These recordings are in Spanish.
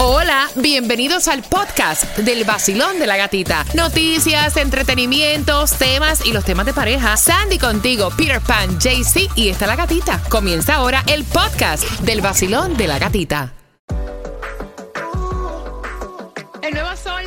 Hola, bienvenidos al podcast del Vacilón de la Gatita. Noticias, entretenimientos, temas y los temas de pareja. Sandy contigo, Peter Pan, JC y está la gatita. Comienza ahora el podcast del Vacilón de la Gatita. El nuevo Sol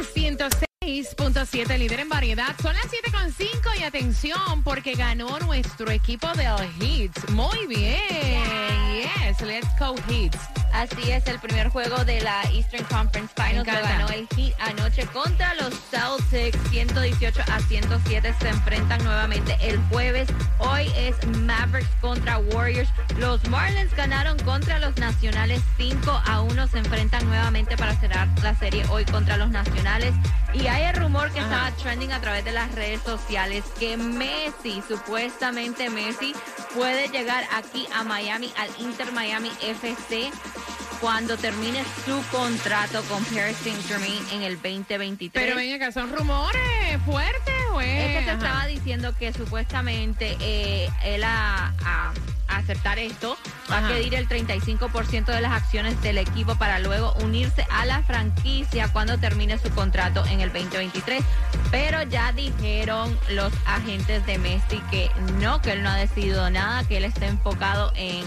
106.7, líder en variedad. Son las 7.5 y atención porque ganó nuestro equipo de Hits. Muy bien. Yes, let's go Hits. Así es, el primer juego de la Eastern Conference Finals lo ganó el Heat anoche contra los Celtics, 118-107. Se enfrentan nuevamente el jueves. Hoy es Mavericks contra Warriors. Los Marlins ganaron contra los Nacionales 5-1. Se enfrentan nuevamente para cerrar la serie hoy contra los Nacionales. Y hay el rumor que estaba trending a través de las redes sociales que Messi, supuestamente Messi, puede llegar aquí a Miami, al Inter Miami FC, cuando termine su contrato con Paris Saint-Germain en el 2023. Pero ven acá, ¿son rumores fuertes o es que se estaba diciendo que supuestamente él a aceptar esto va a pedir el 35% de las acciones del equipo para luego unirse a la franquicia cuando termine su contrato en el 2023. Pero ya dijeron los agentes de Messi que él no ha decidido nada, que él está enfocado en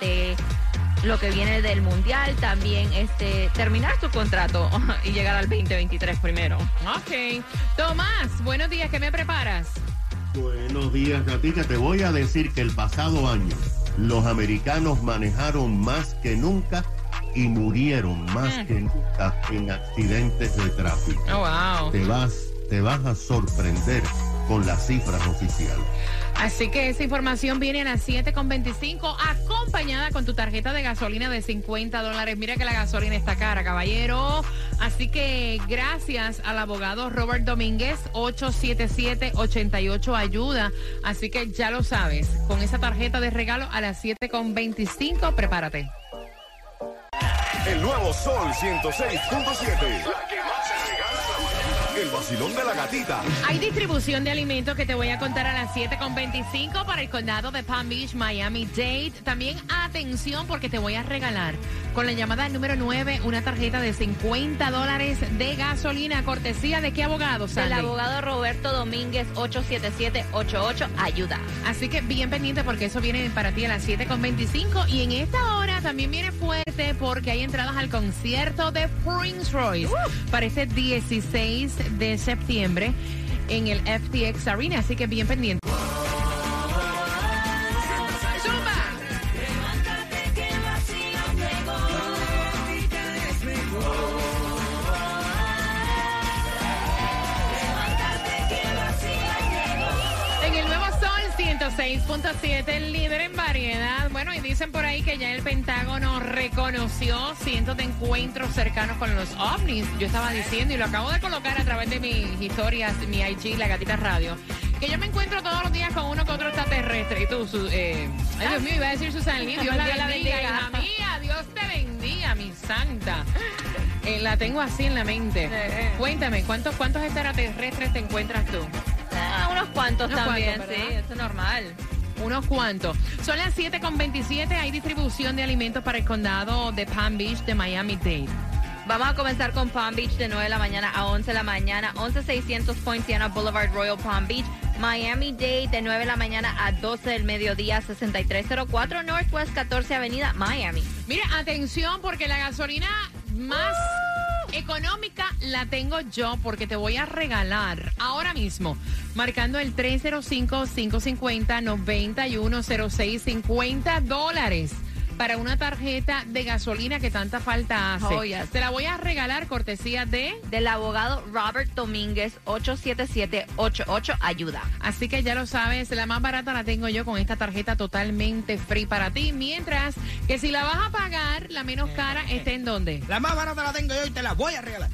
lo que viene del Mundial, también terminar su contrato y llegar al 2023 primero. Ok. Tomás, buenos días, ¿qué me preparas? Buenos días, Gatita. Te voy a decir que el pasado año los americanos manejaron más que nunca y murieron más que nunca en accidentes de tráfico. Oh, wow. Te vas a sorprender con las cifras oficiales. Así que esa información viene a las 7.25 acompañada con tu tarjeta de gasolina de $50. Mira que la gasolina está cara, caballero. Así que gracias al abogado Robert Domínguez, 877-88 ayuda. Así que ya lo sabes, con esa tarjeta de regalo a las 7.25, prepárate. El nuevo Sol 106.7. El vacilón de la gatita. Hay distribución de alimentos que te voy a contar a las 7.25 para el condado de Palm Beach, Miami-Dade. También atención porque te voy a regalar con la llamada número 9 una tarjeta de $50 de gasolina. ¿Cortesía de qué abogado, Sandy? El abogado Roberto Domínguez, 877-88 ayuda. Así que bien pendiente porque eso viene para ti a las 7.25. Y en esta hora también viene fuerte porque hay entradas al concierto de Prince Royce para este 16 de septiembre en el FTX Arena, así que bien pendiente. En el nuevo Sol 106.7, el líder en variedad. Bueno, y dicen por ahí que ya el Pentágono reconoció cientos de encuentros cercanos con los ovnis. Yo estaba diciendo, y lo acabo de colocar a través de mis historias, mi IG, La Gatita Radio, que yo me encuentro todos los días con uno que otro extraterrestre. Y tú, ay Dios mío, iba a decir Susan Lee, Dios la bendiga, hija mía, Dios te bendiga, mi santa. La tengo así en la mente. Cuéntame, ¿cuántos extraterrestres te encuentras tú? Unos cuantos también, sí, eso es normal. Unos cuantos. Son las 7.27, hay distribución de alimentos para el condado de Palm Beach de Miami-Dade. Vamos a comenzar con Palm Beach de 9 de la mañana a 11 de la mañana, 11600 Poinciana Boulevard, Royal Palm Beach. Miami-Dade de 9 de la mañana a 12 del mediodía, 6304 Northwest 14 Avenida, Miami. Mira, atención porque la gasolina más económica la tengo yo porque te voy a regalar ahora mismo, marcando el 305-550-9106, $50 para una tarjeta de gasolina que tanta falta hace. Oh, yes. Te la voy a regalar cortesía del abogado Robert Domínguez, 877-88 ayuda. Así que ya lo sabes, la más barata la tengo yo con esta tarjeta totalmente free para ti. Mientras que si la vas a pagar, la menos cara está en ¿dónde? La más barata la tengo yo y te la voy a regalar.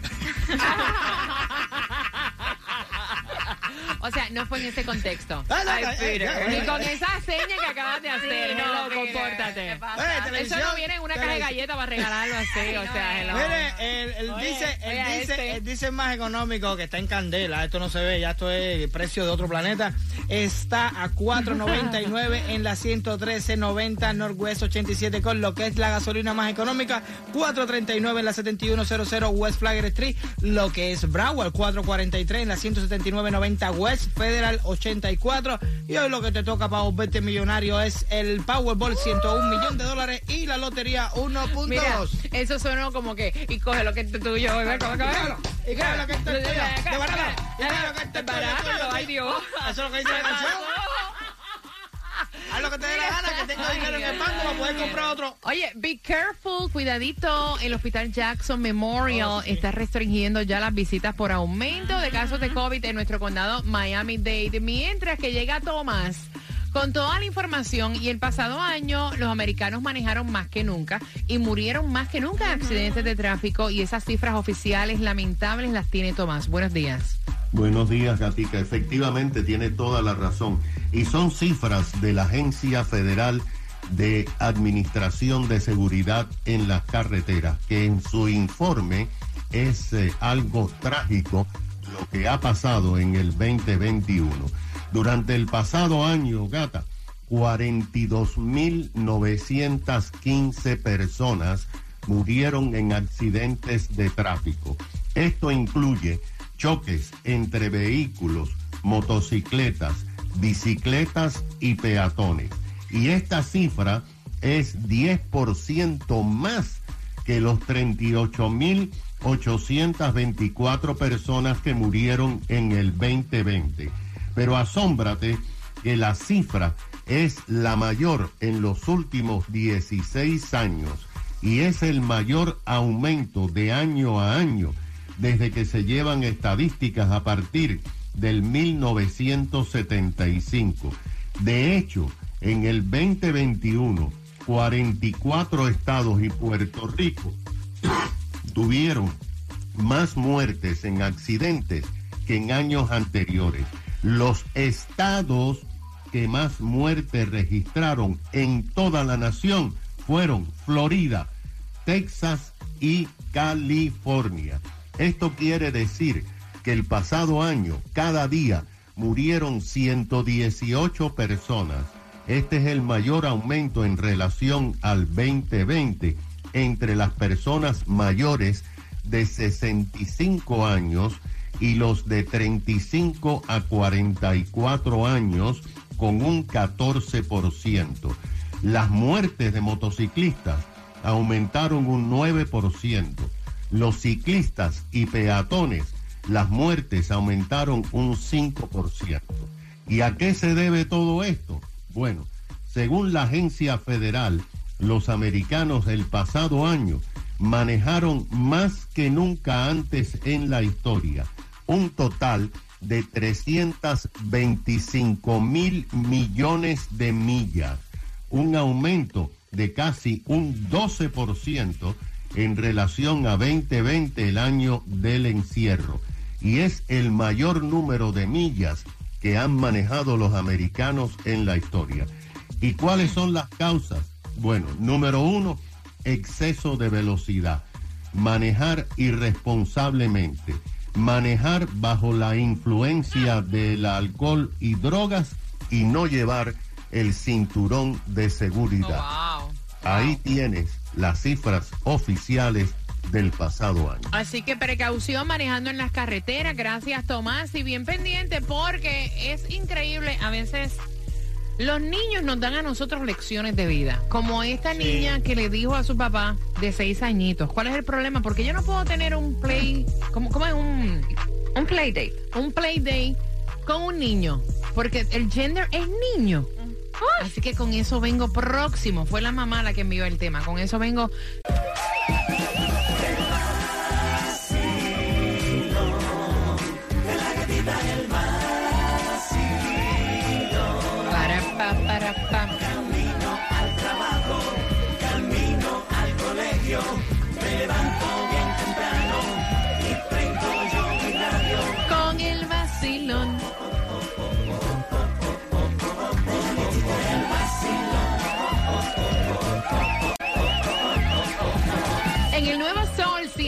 O sea, no fue en ese contexto. Ay, Peter. Ni con esa seña que acabas de hacer. Sí, compórtate. ¿Qué pasa? Eso no viene en una caja de galletas para regalarlo así. O sea, Mire, Él dice más económico, que está en candela. Esto no se ve, ya esto es el precio de otro planeta. Está a $4.99 en la 11390 Northwest 87 con lo que es la gasolina más económica. $4.39 en la 7100 West Flagler Street, lo que es Broward. $4.43 en la 17990 West Federal 84. Y hoy lo que te toca para volverte millonario es el Powerball, $101 millones y la lotería 1.2. Mira, eso sonó como que, y coge lo que es tuyo, y coge lo que es tuyo, de barata, ay Dios. Eso es lo que dice la canción. Haz lo que te dé la gana, que tengo dinero en el banco para poder comprar otro. Oye, be careful, cuidadito. El Hospital Jackson Memorial está restringiendo ya las visitas por aumento de casos de COVID en nuestro condado Miami-Dade. Mientras que llega Tomás con toda la información. Y el pasado año los americanos manejaron más que nunca y murieron más que nunca en accidentes de tráfico. Y esas cifras oficiales lamentables las tiene Tomás. Buenos días. Buenos días, Gatica. Efectivamente, tiene toda la razón. Y son cifras de la Agencia Federal de Administración de Seguridad en las Carreteras, que en su informe es algo trágico lo que ha pasado en el 2021. Durante el pasado año, Gata, 42.915 personas murieron en accidentes de tráfico. Esto incluye choques entre vehículos, motocicletas, bicicletas y peatones. Y esta cifra es 10% más que los 38.824 personas que murieron en el 2020. Pero asómbrate que la cifra es la mayor en los últimos 16 años y es el mayor aumento de año a año desde que se llevan estadísticas a partir del 1975. De hecho, en el 2021, 44 estados y Puerto Rico tuvieron más muertes en accidentes que en años anteriores. Los estados que más muertes registraron en toda la nación fueron Florida, Texas y California. Esto quiere decir que el pasado año, cada día, murieron 118 personas. Este es el mayor aumento en relación al 2020 entre las personas mayores de 65 años y los de 35 a 44 años, con un 14%. Las muertes de motociclistas aumentaron un 9%. Los ciclistas y peatones, las muertes aumentaron un 5%. ¿Y a qué se debe todo esto? Bueno, según la agencia federal, los americanos el pasado año manejaron más que nunca antes en la historia, un total de 325.000 millones de millas, un aumento de casi un 12% en relación a 2020, el año del encierro, y es el mayor número de millas que han manejado los americanos en la historia. ¿Y cuáles son las causas? Bueno, número 1, exceso de velocidad, manejar irresponsablemente, manejar bajo la influencia del alcohol y drogas y no llevar el cinturón de seguridad. Oh, wow. Ahí tienes las cifras oficiales del pasado año. Así que precaución manejando en las carreteras. Gracias, Tomás, y bien pendiente porque es increíble. A veces los niños nos dan a nosotros lecciones de vida, como esta niña que le dijo a su papá de 6 añitos. ¿Cuál es el problema? Porque yo no puedo tener un play, ¿cómo es? Un play date. Un play date con un niño, porque el gender es niño. Así que con eso vengo próximo. Fue la mamá la que envió el tema. Con eso vengo. Para. Camino al trabajo, camino al colegio, me levanto bien temprano y prendo yo mi radio. Con el vacilón.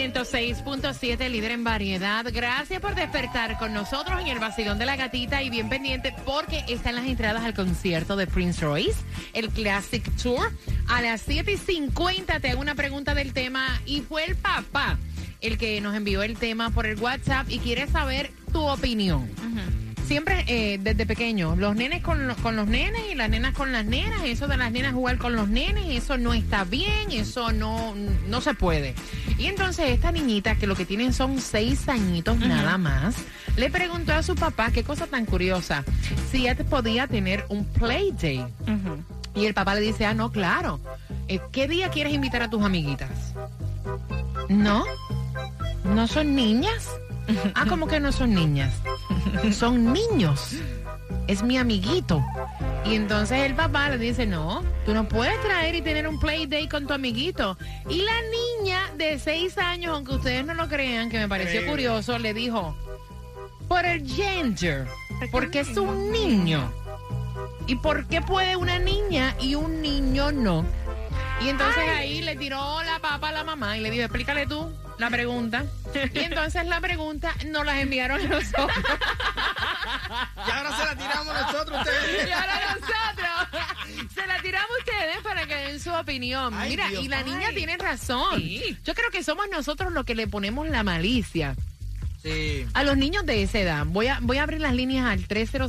106.7, líder en variedad. Gracias por despertar con nosotros en el vacilón de la gatita y bien pendiente porque están las entradas al concierto de Prince Royce, el Classic Tour. A las 7:50 te hago una pregunta del tema y fue el papá el que nos envió el tema por el WhatsApp y quiere saber tu opinión. Siempre desde pequeño, los nenes con los nenes y las nenas con las nenas, eso de las nenas jugar con los nenes, eso no está bien, eso no se puede. Y entonces esta niñita, que lo que tienen son 6 añitos nada más, le preguntó a su papá, qué cosa tan curiosa, si ella podía tener un play day. Y el papá le dice, no, claro, ¿qué día quieres invitar a tus amiguitas? ¿No son niñas? ¿Cómo que no son niñas? Son niños. Es mi amiguito. Y entonces el papá le dice, no, tú no puedes traer y tener un play day con tu amiguito. Y la niña de 6 años, aunque ustedes no lo crean, que me pareció curioso, le dijo, por el gender, porque es un niño. ¿Y por qué puede una niña y un niño no? Y entonces ahí le tiró la papa a la mamá y le dijo, explícale tú la pregunta. Y entonces la pregunta nos las enviaron a nosotros. Y ahora se la tiramos nosotros, ustedes. Y ahora nosotros se la tiramos a ustedes para que den su opinión. Ay, mira, Dios. Y la niña tiene razón. Sí. Yo creo que somos nosotros los que le ponemos la malicia Sí. a los niños de esa edad. Voy a abrir las líneas al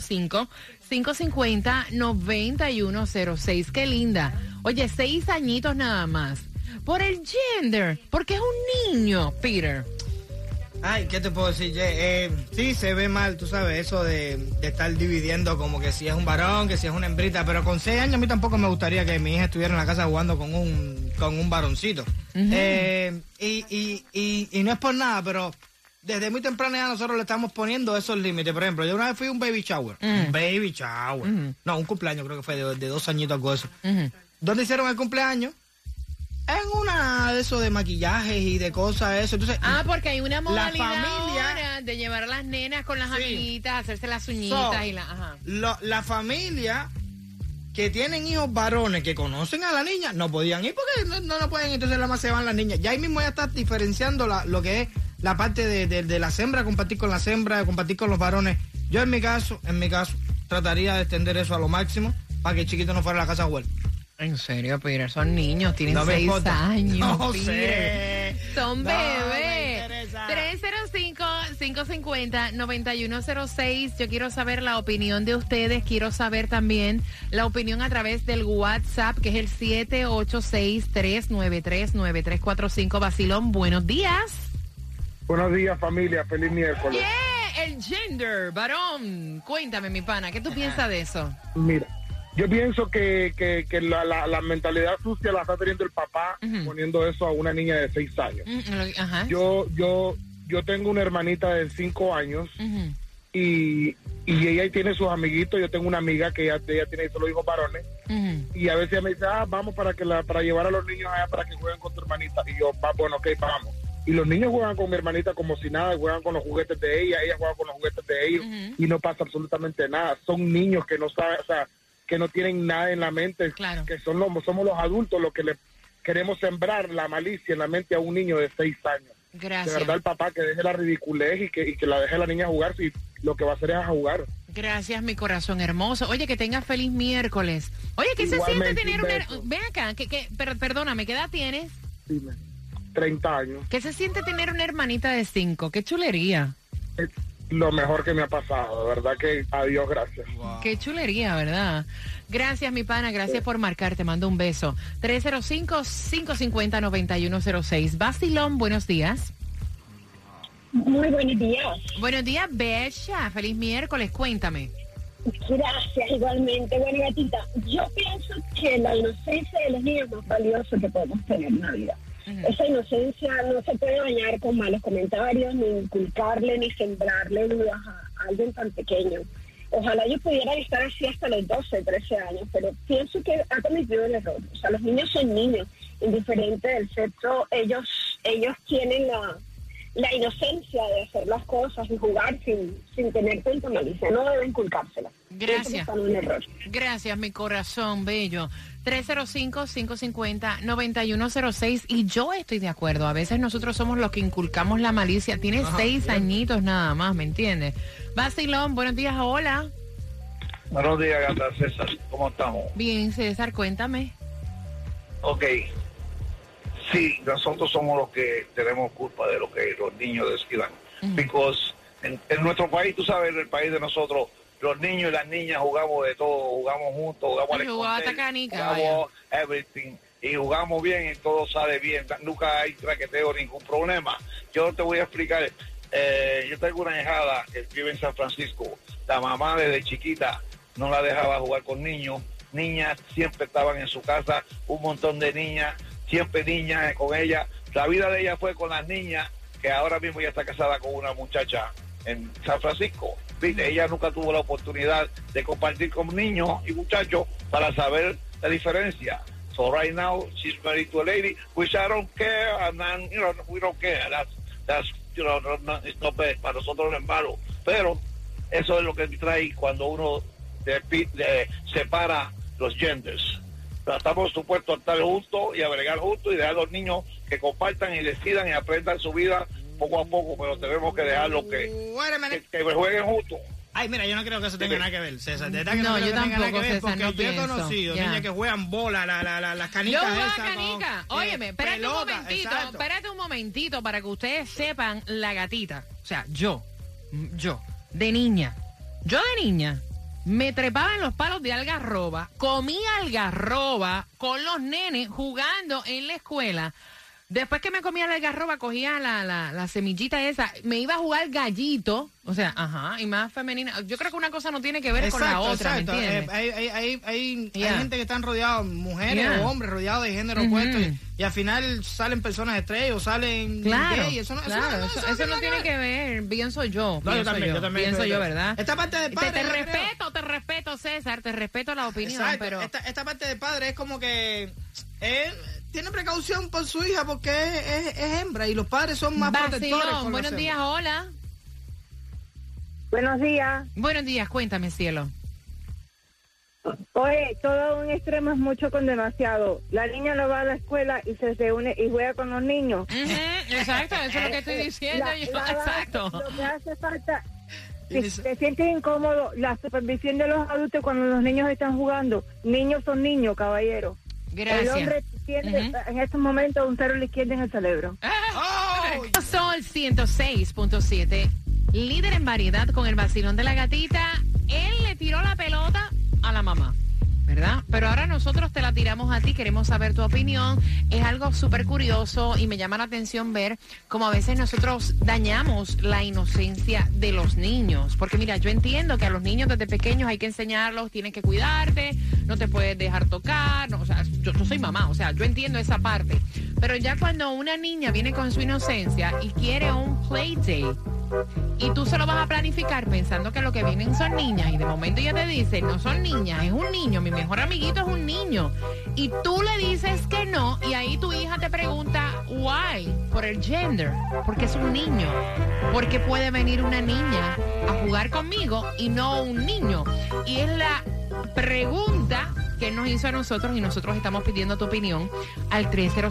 305-550-9106. Qué linda. Oye, 6 añitos nada más. Por el gender, porque es un niño, Peter. Ay, ¿qué te puedo decir, Jay? Sí, se ve mal, tú sabes, eso de estar dividiendo como que si es un varón, que si es una hembrita, pero con 6 años a mí tampoco me gustaría que mi hija estuviera en la casa jugando con un varoncito. Y no es por nada, pero desde muy temprana edad nosotros le estamos poniendo esos límites. Por ejemplo, yo una vez fui a un baby shower. Un baby shower. No, un cumpleaños creo que fue de 2 añitos, algo de eso. ¿Dónde hicieron el cumpleaños? En una de eso de maquillajes y de cosas, eso. Entonces, Porque hay una modalidad familia- ahora de llevar a las nenas con las Sí. amiguitas, hacerse las uñitas So, y la... Ajá. la familia que tienen hijos varones que conocen a la niña no podían ir porque no pueden, entonces nada más se van las niñas. Ya ahí mismo ya está diferenciando lo que es la parte de las hembras, compartir con las hembras, compartir con los varones. Yo en mi caso, trataría de extender eso a lo máximo para que el chiquito no fuera a la casa a jugar. En serio, Peter, son niños, tienen No me 6 importa. años. No Peter. sé. Son No me bebés. interesa. 305-550-9106. Yo quiero saber la opinión de ustedes. Quiero saber también la opinión a través del WhatsApp, que es el 786-393-9345. Vacilón, buenos días. Buenos días, familia. Feliz miércoles. Yeah, el gender, varón. Cuéntame, mi pana, ¿qué tú piensas de eso? Mira, yo pienso que la mentalidad sucia la está teniendo el papá poniendo eso a una niña de 6 años. Ajá. Yo tengo una hermanita de 5 años y ella tiene sus amiguitos. Yo tengo una amiga que ella tiene solo hijos varones y a veces ella me dice, vamos para llevar a los niños allá para que jueguen con tu hermanita. Y yo, bueno, ok, vamos. Y los niños juegan con mi hermanita como si nada, juegan con los juguetes de ella juega con los juguetes de ellos y no pasa absolutamente nada. Son niños que no saben, o sea, que no tienen nada en la mente, Claro. que somos los adultos los que le queremos sembrar la malicia en la mente a un niño de 6 años. Gracias. De verdad, el papá que deje la ridiculez y que la deje a la niña jugar, si lo que va a hacer es a jugar. Gracias, mi corazón hermoso. Oye, que tengas feliz miércoles. Oye, ¿qué se Igualmente, siente tener un una... beso. Ven acá, perdóname, ¿qué edad tienes? Dime, 30 años. ¿Qué se siente tener una hermanita de 5? ¡Qué chulería! Es lo mejor que me ha pasado, de verdad que a Dios gracias. ¡Qué chulería, verdad! Gracias, mi pana, gracias por marcar, te mando un beso. 305-550-9106. Vacilón, buenos días. Muy buenos días. Buenos días, Bella. Feliz miércoles, cuéntame. Gracias, igualmente. Bueno, gatita, yo pienso que la inocencia de los niños es más valiosa que podemos tener en la vida. Esa inocencia no se puede bañar con malos comentarios, ni inculcarle, ni sembrarle dudas a alguien tan pequeño. Ojalá ellos pudieran estar así hasta los 12, 13 años, pero pienso que ha cometido el error. O sea, los niños son niños, indiferente del sexo, ellos tienen la inocencia de hacer las cosas y jugar sin tener tanta malicia. No debe inculcársela. Gracias. Eso está en un error. Gracias, mi corazón bello. 305-550-9106. Y yo estoy de acuerdo. A veces nosotros somos los que inculcamos la malicia. Tiene 6 añitos nada más, ¿me entiendes? Vacilón, buenos días, hola. Buenos días, gata César. ¿Cómo estamos? Bien, César, cuéntame. Ok. Sí, nosotros somos los que tenemos culpa de lo que los niños descuidan. Porque en nuestro país, tú sabes, en el país de nosotros, los niños y las niñas jugamos de todo, jugamos juntos, jugamos al escondite, jugamos everything, y jugamos bien y todo sale bien, nunca hay traqueteo, ningún problema. Yo te voy a explicar, yo tengo una hijada que vive en San Francisco, la mamá desde chiquita no la dejaba jugar con niños siempre estaban en su casa, un montón de niñas, siempre niñas con ella, la vida de ella fue con las niñas, que ahora mismo ya está casada con una muchacha en San Francisco. ¿Viste? Ella nunca tuvo la oportunidad de compartir con niños y muchachos para saber la diferencia. So right now she's married to a lady which I don't care, and you know, we don't care. That's you know, it's not bad. Para nosotros no es malo, pero eso es lo que trae cuando uno separa los genders. Pero estamos supuestos a estar juntos y a bregar juntos y dejar a los niños que compartan y decidan y aprendan su vida poco a poco, pero tenemos que dejarlos que jueguen juntos. Ay, mira, yo no creo que eso tenga nada que ver, César. De verdad que No, creo yo que tenga nada tampoco, que ver, César, porque no yo he pienso. conocido Ya. niñas que juegan bola, las canicas Yo jugaba esas. canica. Óyeme, espérate un momentito para que ustedes sepan la gatita. O sea, yo, de niña, me trepaba en los palos de algarroba, comía algarroba con los nenes jugando en la escuela. Después que me comía la algarroba, cogía la semillita esa, me iba a jugar gallito, o sea, y más femenina. Yo creo que una cosa no tiene que ver con la otra, ¿me entiendes? Hay gente que están rodeados, mujeres o hombres rodeados de género opuesto, y al final salen personas estrellas o salen gay. Eso no tiene que ver, pienso yo. No, yo también pienso yo, ¿verdad? Esta parte del padre... Te respeto, César, te respeto la opinión, pero... Esta parte del padre es como que... tiene precaución por su hija porque es hembra y los padres son más protectores. Buenos días, hola. Buenos días. Buenos días, cuéntame, cielo. Oye, todo un extremo es mucho con demasiado. La niña no va a la escuela y se reúne y juega con los niños. Exacto, eso es lo que estoy diciendo yo. Exacto. Lo que hace falta, si te sientes incómodo, la supervisión de los adultos cuando los niños están jugando. Niños son niños, caballero. Gracias. El hombre tiene en estos momentos un cero a la izquierda en el cerebro. Sol 106.7, líder en variedad con el vacilón de la gatita. Él le tiró la pelota a la mamá, ¿verdad? Pero ahora nosotros te la tiramos a ti, queremos saber tu opinión. Es algo súper curioso y me llama la atención ver cómo a veces nosotros dañamos la inocencia de los niños. Porque mira, yo entiendo que a los niños desde pequeños hay que enseñarlos, tienes que cuidarte, no te puedes dejar tocar, no, o sea, yo soy mamá, o sea, yo entiendo esa parte. Pero ya cuando una niña viene con su inocencia y quiere un play day, y tú se lo vas a planificar pensando que lo que vienen son niñas y de momento ella te dice, no son niñas, es un niño, mi mejor amiguito es un niño, y tú le dices que no, y ahí tu hija te pregunta why, por el gender, porque es un niño, porque puede venir una niña a jugar conmigo y no un niño, y es la pregunta que nos hizo a nosotros y nosotros estamos pidiendo tu opinión al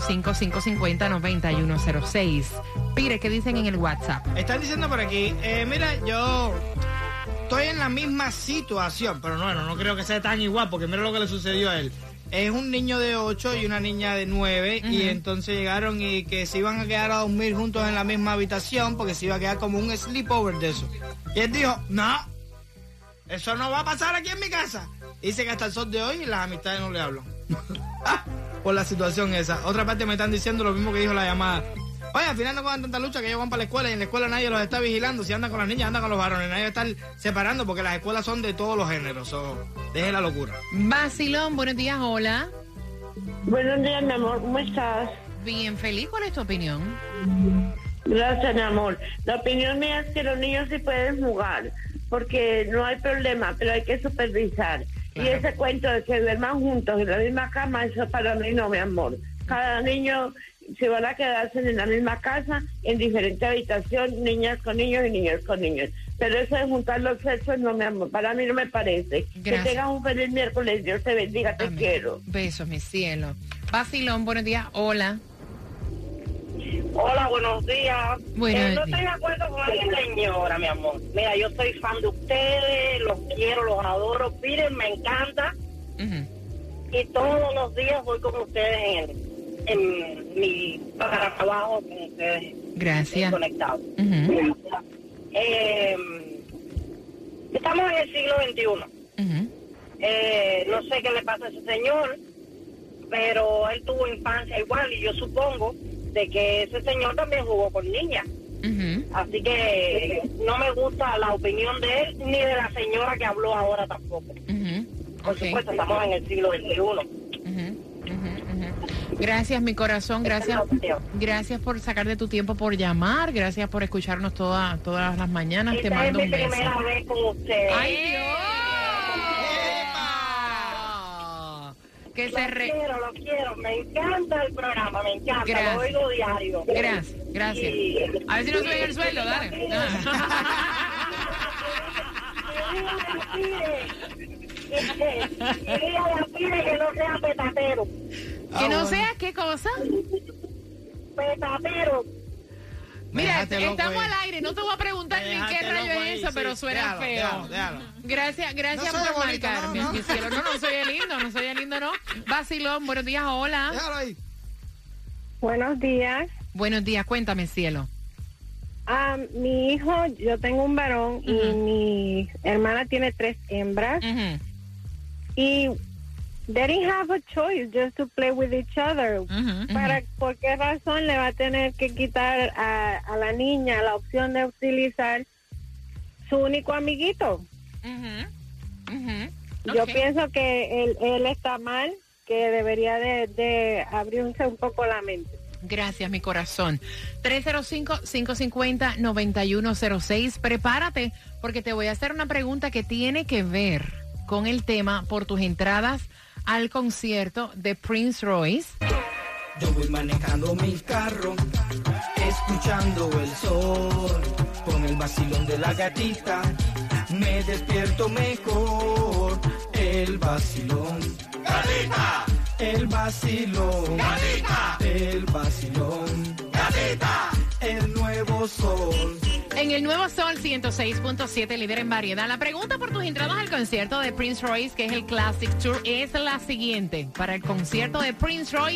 305-550-9106. Pire, ¿qué dicen en el WhatsApp? Están diciendo por aquí, mira, yo estoy en la misma situación, pero no creo que sea tan igual, porque mira lo que le sucedió a él. Es un niño de 8 y una niña de 9, y entonces llegaron y que se iban a quedar a dormir juntos en la misma habitación, porque se iba a quedar como un sleepover de eso. Y él dijo, no, eso no va a pasar aquí en mi casa. Dice que hasta el sol de hoy las amistades no le hablan. Por la situación esa. Otra parte me están diciendo lo mismo que dijo la llamada. Oye, al final no cojan tanta lucha que ellos van para la escuela y en la escuela nadie los está vigilando. Si andan con las niñas, andan con los varones. Nadie va a estar separando porque las escuelas son de todos los géneros. Deje la locura. Vacilón, buenos días, hola. Buenos días, mi amor, ¿cómo estás? Bien, feliz. ¿Cuál es tu opinión? Gracias, mi amor. La opinión mía es que los niños sí pueden jugar, porque no hay problema, pero hay que supervisar. Claro. Y ese cuento de que duerman juntos en la misma cama, eso para mí no, mi amor. Cada niño si van a quedarse en la misma casa, en diferente habitación, niñas con niños y niños con niños. Pero eso de juntar los sexos, no, mi amor, para mí no me parece. Gracias. Que tengas un feliz miércoles, Dios te bendiga, te Amén. quiero. Besos, mi cielo. Vacilón, buenos días. Hola. Hola, buenos días. Buenos No estoy de acuerdo con la señora, mi amor. Mira, yo soy fan de ustedes, los quiero, los adoro. Miren, me encanta. Y todos los días voy con ustedes en mi trabajo, con ustedes. Gracias. Conectados. Estamos en el siglo XXI. No sé qué le pasa a ese señor, pero él tuvo infancia igual y yo supongo de que ese señor también jugó con niñas. Así que no me gusta la opinión de él ni de la señora que habló ahora tampoco. Por supuesto, estamos en el siglo XXI. Gracias, mi corazón, gracias por sacar de tu tiempo por llamar, gracias por escucharnos todas las mañanas. Te mando un beso. Esta es mi primera vez con ustedes. ¡Ay, Dios! Que lo quiero, me encanta el programa, me encanta, Gracias. lo oigo diario. Gracias. A ver si nos suben el sueldo, dale. Que no sea petatero. Que no sea, ¿qué cosa? Petatero. Mira, Déjate loco, estamos al aire, no te voy a preguntar ni Déjate qué rayo loco es ahí, eso, sí. pero suena feo. Déjalo. Gracias No soy por bonito, marcarme, no. mi cielo. No soy el lindo, ¿no? Vacilón, buenos días, hola. Déjalo ahí. Buenos días. Buenos días, cuéntame, cielo. Mi hijo, yo tengo un varón y mi hermana tiene 3 hembras. Y they didn't have a choice just to play with each other. ¿Por qué razón le va a tener que quitar a la niña la opción de utilizar su único amiguito? Yo pienso que él está mal, que debería de abrirse un poco la mente. Gracias, mi corazón. 305-550-9106. Prepárate, porque te voy a hacer una pregunta que tiene que ver con el tema por tus entradas al concierto de Prince Royce. Yo voy manejando mi carro, escuchando el sol, con el vacilón de la gatita, me despierto mejor. El vacilón, gatita. El vacilón, gatita. El vacilón, gatita. El nuevo sol. En el nuevo Sol 106.7, líder en variedad. La pregunta por tus entradas al concierto de Prince Royce, que es el Classic Tour, es la siguiente. Para el concierto de Prince Royce,